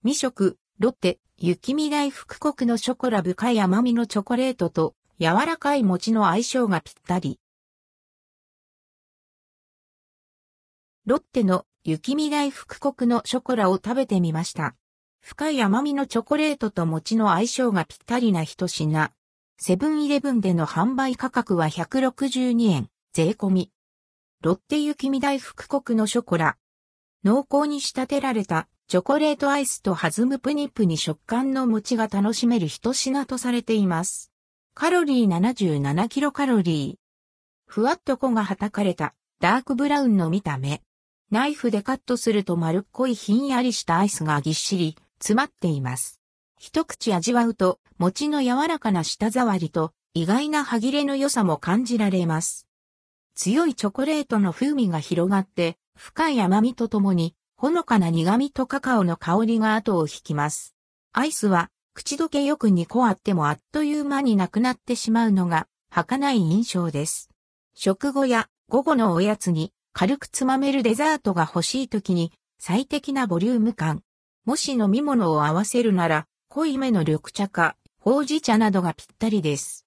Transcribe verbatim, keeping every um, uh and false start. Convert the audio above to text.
未食、ロッテ、雪見大福国のショコラ深い甘みのチョコレートと柔らかい餅の相性がぴったり。ロッテの雪見大福国のショコラを食べてみました。深い甘みのチョコレートと餅の相性がぴったりな一品。セブンイレブンでの販売価格はひゃくろくじゅうにえん、税込み。ロッテ雪見大福国のショコラ。濃厚に仕立てられたチョコレートアイスと弾むプニプニ食感の餅が楽しめる一品とされています。カロリーななじゅうななキロカロリー。ふわっと粉がはたかれたダークブラウンの見た目。ナイフでカットすると丸っこいひんやりしたアイスがぎっしり詰まっています。一口味わうと餅の柔らかな舌触りと意外な歯切れの良さも感じられます。強いチョコレートの風味が広がって深い甘みとともにほのかな苦味とカカオの香りが後を引きます。アイスは口どけよくにこあってもあっという間になくなってしまうのが儚い印象です。食後や午後のおやつに軽くつまめるデザートが欲しい時に最適なボリューム感。もし飲み物を合わせるなら濃いめの緑茶かほうじ茶などがぴったりです。